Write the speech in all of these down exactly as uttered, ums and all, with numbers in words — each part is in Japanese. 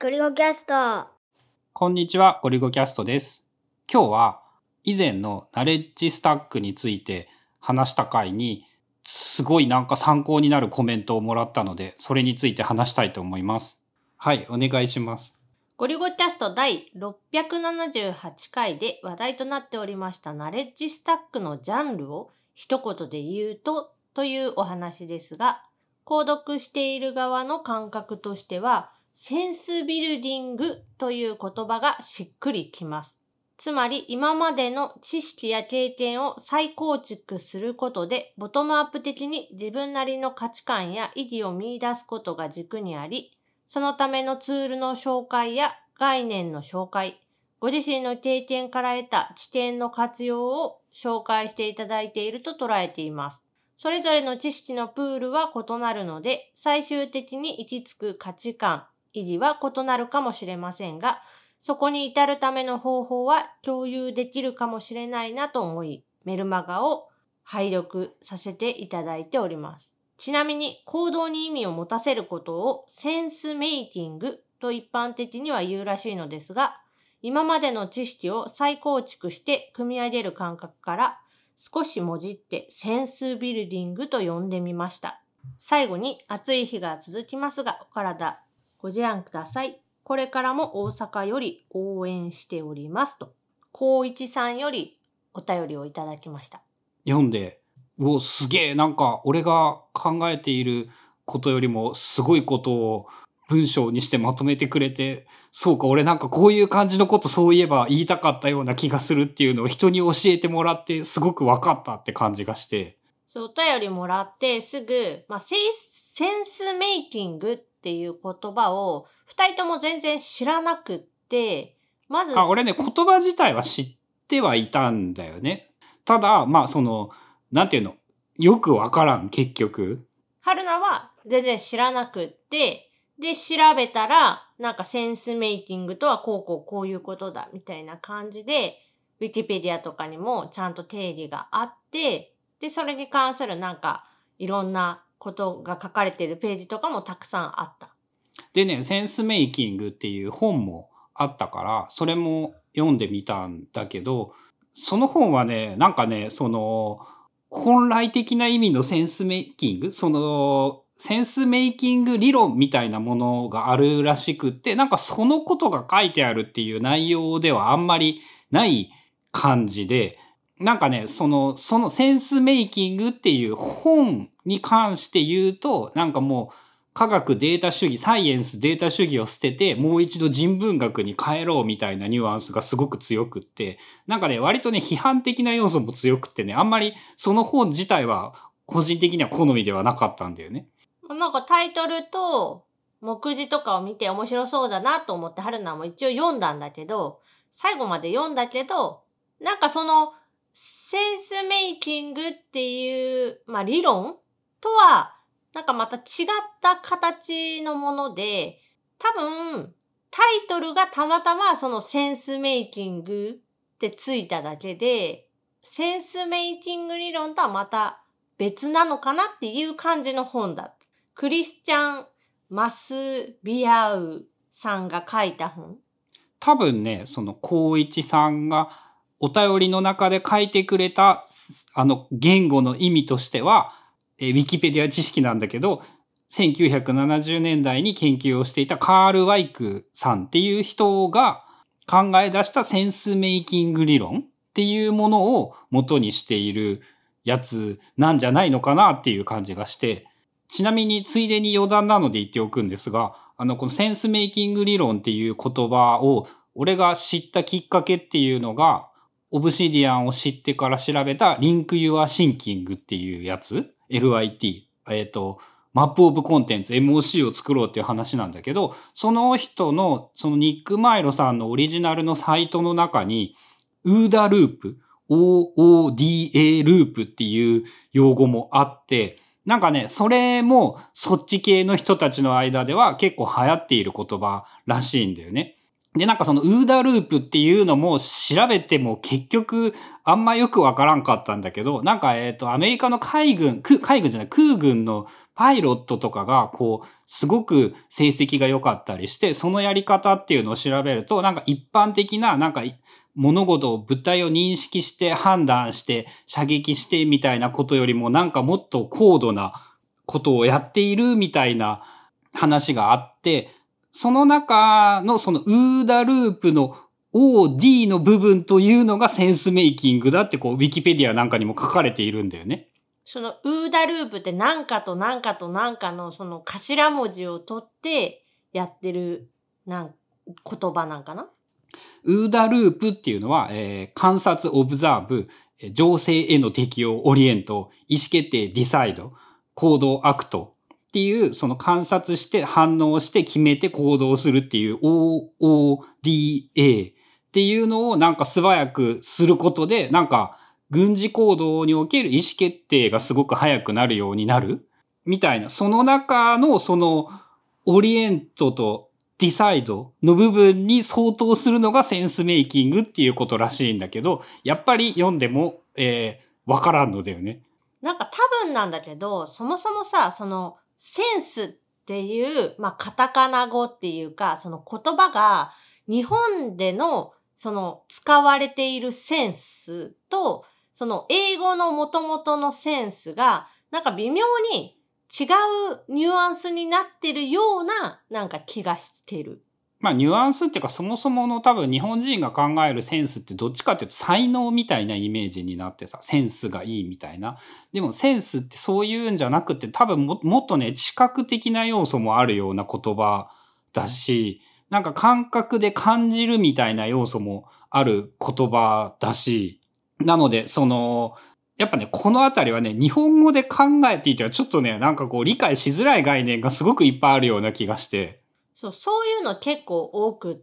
ゴリゴキャスト。 こんにちは、ゴリゴキャストです。今日は以前のナレッジスタックについて話した回にすごいなんか参考になるコメントをもらったので、それについて話したいと思います。はい、お願いします。 ゴリゴキャスト第ろっぴゃくななじゅうはちかいで話題となっておりましたナレッジスタックのジャンルを一言で言うとというお話ですが、購読している側の感覚としては、センスビルディングという言葉がしっくりきます。つまり今までの知識や経験を再構築することで、ボトムアップ的に自分なりの価値観や意義を見出すことが軸にあり、そのためのツールの紹介や概念の紹介、ご自身の経験から得た知見の活用を紹介していただいていると捉えています。それぞれの知識のプールは異なるので、最終的に行き着く価値観、意義は異なるかもしれませんが、そこに至るための方法は共有できるかもしれないなと思い、メルマガを拝読させていただいております。ちなみに行動に意味を持たせることをセンスメイキングと一般的には言うらしいのですが、今までの知識を再構築して組み上げる感覚から少しもじってセンスビルディングと呼んでみました。最後に暑い日が続きますが、お体ご自愛ください。これからも大阪より応援しておりますと、光一さんよりお便りをいただきました。 読んで、お、すげえ、なんか俺が考えていることよりもすごいことを文章にしてまとめてくれて、そうか、俺なんかこういう感じのことそういえば言いたかったような気がするっていうのを人に教えてもらってすごく分かったって感じがして。 そう、お便りもらってすぐ、まあ、センスメイキングっていう言葉を二人とも全然知らなくって、まず。 あ、俺ね、言葉自体は知ってはいたんだよね。ただ、まあその、なんていうの、よくわからん、結局。 春菜は全然知らなくって、で、調べたら、なんかセンスメイキングとはこうこうこういうことだ、みたいな感じで、ウィキペディアとかにもちゃんと定義があって、で、それに関するなんか、いろんなことが書かれているページとかもたくさんあった。 でね、センスメイキングっていう本もあったから、それも読んでみたんだけど、その本はね、なんかね、その、本来的な意味のセンスメイキング、その、センスメイキング理論みたいなものがあるらしくって、なんかそのことが書いてあるっていう内容ではあんまりない感じで、なんかね、その、そのセンスメイキングっていう本に関して言うと、なんかもう、科学データ主義、サイエンスデータ主義を捨てて、もう一度人文学に変えろみたいなニュアンスがすごく強くって、なんかね、割とね、批判的な要素も強くってね、あんまりその本自体は個人的には好みではなかったんだよね。 なんかタイトルと目次とかを見て面白そうだなと思って春菜も一応読んだんだけど、最後まで読んだけど、なんかそのセンスメイキングっていう、まあ理論とは、なんかまた違った形のもので、多分タイトルがたまたまそのセンスメイキングってついただけで、センスメイキング理論とはまた別なのかなっていう感じの本だった。クリスチャン・マスビアウさんが書いた本。 多分ね、その光一さんがお便りの中で書いてくれたあの言語の意味としては、ウィキペディア知識なんだけど、せんきゅうひゃくななじゅうねんだいに研究をしていたカール・ワイクさんっていう人が考え出したセンスメイキング理論っていうものを元にしているやつなんじゃないのかなっていう感じがして、ちなみについでに余談なので言っておくんですが、あのこのセンスメイキング理論っていう言葉を俺が知ったきっかけっていうのが、オブシディアンを知ってから調べたリンクユアシンキングっていうやつ、エルアイティー、えっと、マップオブコンテンツ、エムオーシー を作ろうっていう話なんだけど、その人の、そのニック・マイロさんのオリジナルのサイトの中に、ウーダループ、オーオーディーエー ループっていう用語もあって、なんかね、それもそっち系の人たちの間では結構流行っている言葉らしいんだよね。 で、なんかそのウーダループっていうのも調べても結局あんまよくわからんかったんだけど、なんかえっとアメリカの海軍、海軍じゃない空軍のパイロットとかがこうすごく成績が良かったりして、そのやり方っていうのを調べると、なんか一般的ななんか物事を物体を認識して判断して射撃してみたいなことよりもなんかもっと高度なことをやっているみたいな話があって、その中のそのウーダループの オーディー の部分というのがセンスメイキングだってこうウィキペディアなんかにも書かれているんだよね。 そのウーダループって何かと何かと何かのその頭文字を取ってやってるなん言葉なんかな。 ウーダループっていうのは、えー、観察、オブザーブ、情勢への適応、オリエント、意思決定、ディサイド、行動、アクトっていう、その観察して反応して決めて行動するっていう オーオーディーエー っていうのをなんか素早くすることで、なんか軍事行動における意思決定がすごく早くなるようになるみたいな、その中のそのオリエントとディサイドの部分に相当するのがセンスメイキングっていうことらしいんだけど、やっぱり読んでも、えー、わからんのだよね。 なんか多分なんだけど、そもそもさ、そのセンスっていう、まあカタカナ語っていうか、その言葉が日本でのその使われているセンスと、その英語の元々のセンスが、なんか微妙に違うニュアンスになってるような、なんか気がしてる。 まあニュアンスっていうかそもそもの多分日本人が考えるセンスってどっちかっていうと才能みたいなイメージになってさ、センスがいいみたいな。でもセンスってそういうんじゃなくて多分 も, もっとね知覚的な要素もあるような言葉だし、なんか感覚で感じるみたいな要素もある言葉だし、なのでそのやっぱね、このあたりはね、日本語で考えていてはちょっとね、なんかこう理解しづらい概念がすごくいっぱいあるような気がして。 そう、そういうの結構多くって、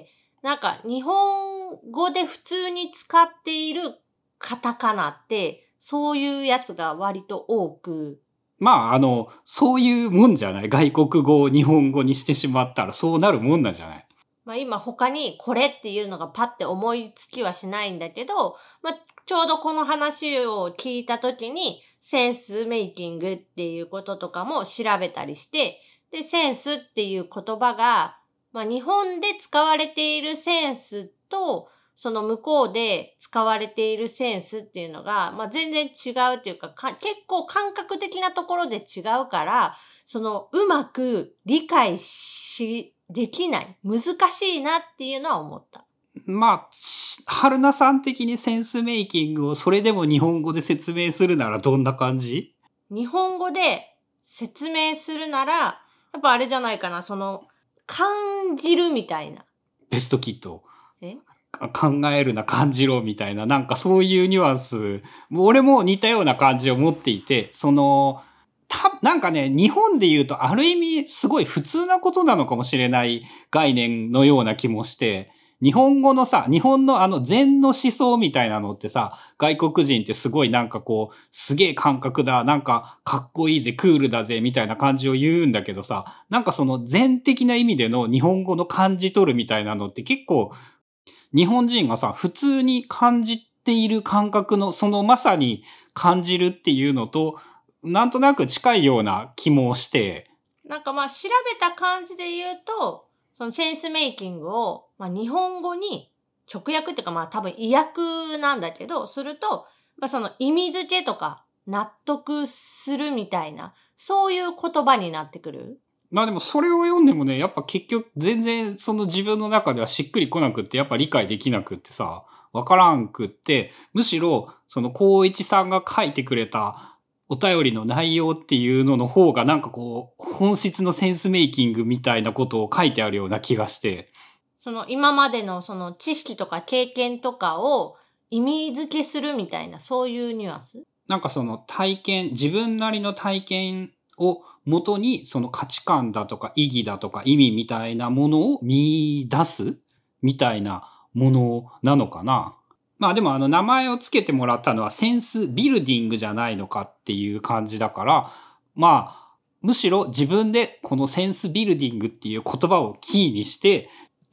なんか日本語で普通に使っているカタカナって、そういうやつが割と多く。 まあ、あの、そういうもんじゃない。外国語を日本語にしてしまったらそうなるもんなんじゃない。 まあ今他にこれっていうのがパッて思いつきはしないんだけど、まあちょうどこの話を聞いたときにセンスメイキングっていうこととかも調べたりして、で、センスっていう言葉が、まあ日本で使われているセンスと、その向こうで使われているセンスっていうのが、まあ全然違うっていうか、か結構感覚的なところで違うから、そのうまく理解し、できない。難しいなっていうのは思った。 まあ、春菜さん的にセンスメイキングをそれでも日本語で説明するならどんな感じ？ 日本語で説明するなら、やっぱあれじゃないかな、その、感じるみたいな。 ベストキット。 え？ 考えるな、感じろみたいな、なんかそういうニュアンス、俺も似たような感じを持っていて、その、た、なんかね、日本で言うとある意味すごい普通なことなのかもしれない概念のような気もして、日本語のさ、日本のあの禅の思想みたいなのってさ、外国人ってすごいなんかこう、すげえ感覚だ、なんかかっこいいぜ、クールだぜ、みたいな感じを言うんだけどさ、なんかその禅的な意味での日本語の感じ取るみたいなのって結構、日本人がさ、普通に感じている感覚の、そのまさに感じるっていうのと、なんとなく近いような気もして。 なんかまあ調べた感じで言うと、そのセンスメイキングを、まあ、日本語に直訳っていうかまあ多分意訳なんだけど、すると、まあその意味付けとか納得するみたいな、そういう言葉になってくる。 まあでもそれを読んでもね、やっぱ結局全然その自分の中ではしっくりこなくって、やっぱ理解できなくってさ、わからんくって、むしろその光一さんが書いてくれたお便りの内容っていうのの方がなんかこう、本質のセンスメイキングみたいなことを書いてあるような気がして。 その今までのその知識とか経験とかを意味付けするみたいな、そういうニュアンス？ なんかその体験、自分なりの体験を元にその価値観だとか意義だとか意味みたいなものを見出すみたいなものなのかな。まあでもあの名前をつけてもらったのはセンスビルディングじゃないのかっていう感じだから、まあむしろ自分でこのセンスビルディングっていう言葉をキーにして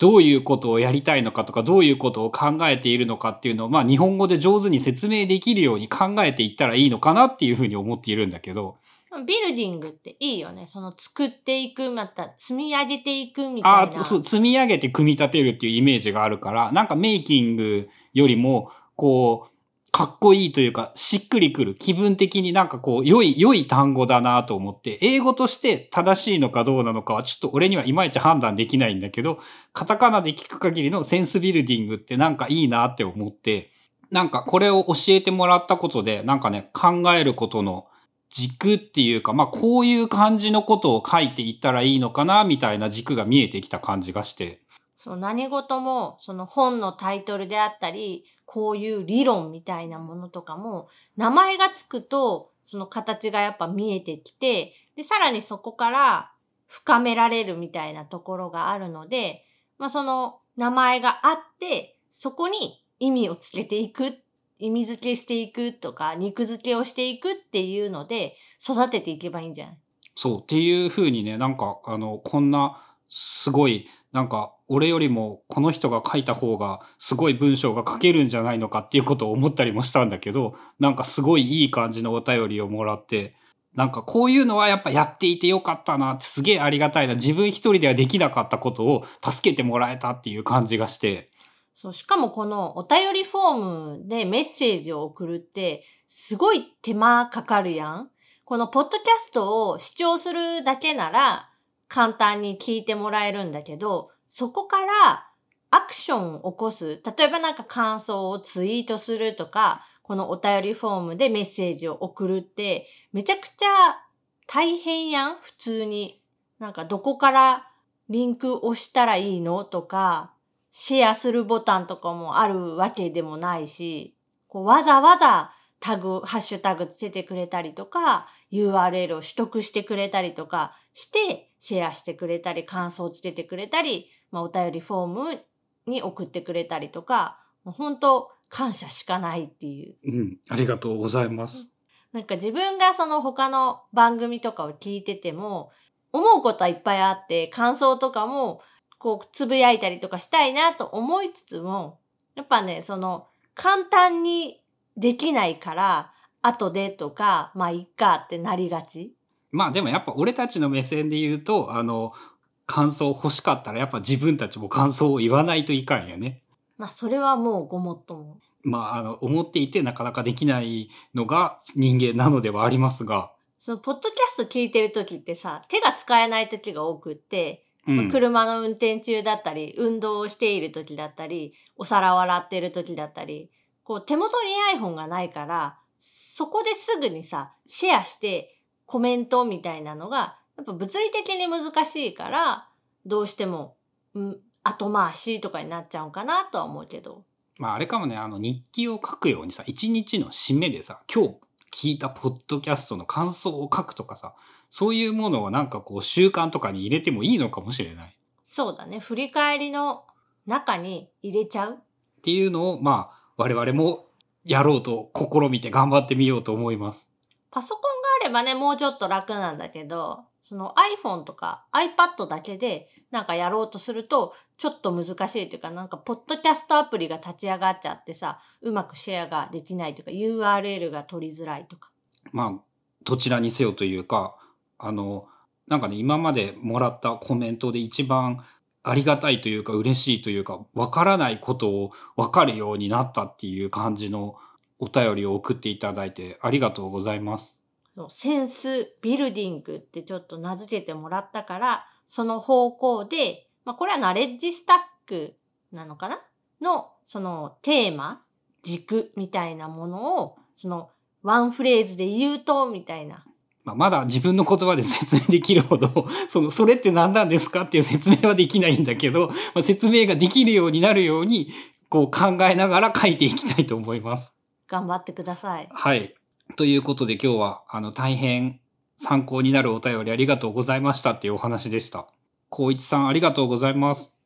どういうことをやりたいのかとか、どういうことを考えているのかっていうのを、まあ日本語で上手に説明できるように考えていったらいいのかなっていうふうに思っているんだけど。 ビルディングっていいよね。その作っていく、また積み上げていくみたいな。 ああ、そう、積み上げて組み立てるっていうイメージがあるから、なんかメイキングよりも、こう、かっこいいというか、しっくりくる。気分的になんかこう、良い、良い単語だなと思って、英語として正しいのかどうなのかは、ちょっと俺にはいまいち判断できないんだけど、カタカナで聞く限りのセンスビルディングってなんかいいなって思って、なんかこれを教えてもらったことで、なんかね、考えることの軸っていうか、まあこういう感じのことを書いていったらいいのかな、みたいな軸が見えてきた感じがして。 そう、何事も、その本のタイトルであったり、こういう理論みたいなものとかも、名前がつくと、その形がやっぱ見えてきて、で、さらにそこから深められるみたいなところがあるので、まあその名前があって、そこに意味をつけていく、意味付けしていくとか、肉付けをしていくっていうので、育てていけばいいんじゃない？ そう、っていう風にね、なんか、あの、こんな、すごい、なんか、俺よりもこの人が書いた方がすごい文章が書けるんじゃないのかっていうことを思ったりもしたんだけど、なんかすごいいい感じのお便りをもらって、なんかこういうのはやっぱやっていてよかったなってすげえありがたいな。自分一人ではできなかったことを助けてもらえたっていう感じがして。 そう、しかもこのお便りフォームでメッセージを送るって、すごい手間かかるやん。このポッドキャストを視聴するだけなら簡単に聞いてもらえるんだけど、そこからアクションを起こす。例えばなんか感想をツイートするとか、このお便りフォームでメッセージを送るって、めちゃくちゃ大変やん、普通に。なんかどこからリンク押したらいいのとか、シェアするボタンとかもあるわけでもないし、こうわざわざタグ、ハッシュタグつけてくれたりとか、ユーアールエル を取得してくれたりとかして、シェアしてくれたり、感想をつけてくれたり、まあ、お便りフォームに送ってくれたりとか、もう本当感謝しかないっていう。 うん、ありがとうございます。 なんか自分がその他の番組とかを聞いてても、思うことはいっぱいあって、感想とかも、こう、つぶやいたりとかしたいなと思いつつも、やっぱね、その、簡単にできないから、後でとか、まあ、いっかってなりがち。 まあでもやっぱ俺たちの目線で言うと、あの、感想欲しかったらやっぱ自分たちも感想を言わないといかんよね。 まあ、それはもうごもっとも。 まあ、あの、思っていてなかなかできないのが人間なのではありますが。 その、ポッドキャスト聞いてるときってさ、手が使えないときが多くって、 うんまあ車の運転中だったり、運動をしているときだったり、お皿を洗っているときだったり、こう手元に iPhone がないから、そこですぐにさ、シェアしてコメントみたいなのが、やっぱ物理的に難しいから、どうしても、うん、後回しとかになっちゃうかなとは思うけど。 まああれかもね、あの日記を書くようにさ、一日の締めでさ、今日聞いたポッドキャストの感想を書くとかさ、そういうものをなんかこう習慣とかに入れてもいいのかもしれない。 そうだね。振り返りの中に入れちゃう。 っていうのを、まあ我々もやろうと試みて頑張ってみようと思います。 パソコンがあればね、もうちょっと楽なんだけど、その iPhone とか iPad だけでなんかやろうとすると、ちょっと難しいというか、なんかポッドキャストアプリが立ち上がっちゃってさ、うまくシェアができないとか、ユーアールエル が取りづらいとか。 まあ、どちらにせよというか、あの、なんかね、今までもらったコメントで一番ありがたいというか嬉しいというか、わからないことをわかるようになったっていう感じのお便りを送っていただいてありがとうございます。 そうセンスビルディングってちょっと名付けてもらったから、その方向で、まあこれはナレッジスタックなのかなの、そのテーマ、軸みたいなものを、そのワンフレーズで言うと、みたいな。 まあ、まだ自分の言葉で説明できるほど、その、それって何なんですかっていう説明はできないんだけど、まあ、説明ができるようになるように、こう考えながら書いていきたいと思います。 頑張ってください。 はい。ということで今日は、あの、大変参考になるお便りありがとうございましたっていうお話でした。光一さんありがとうございます。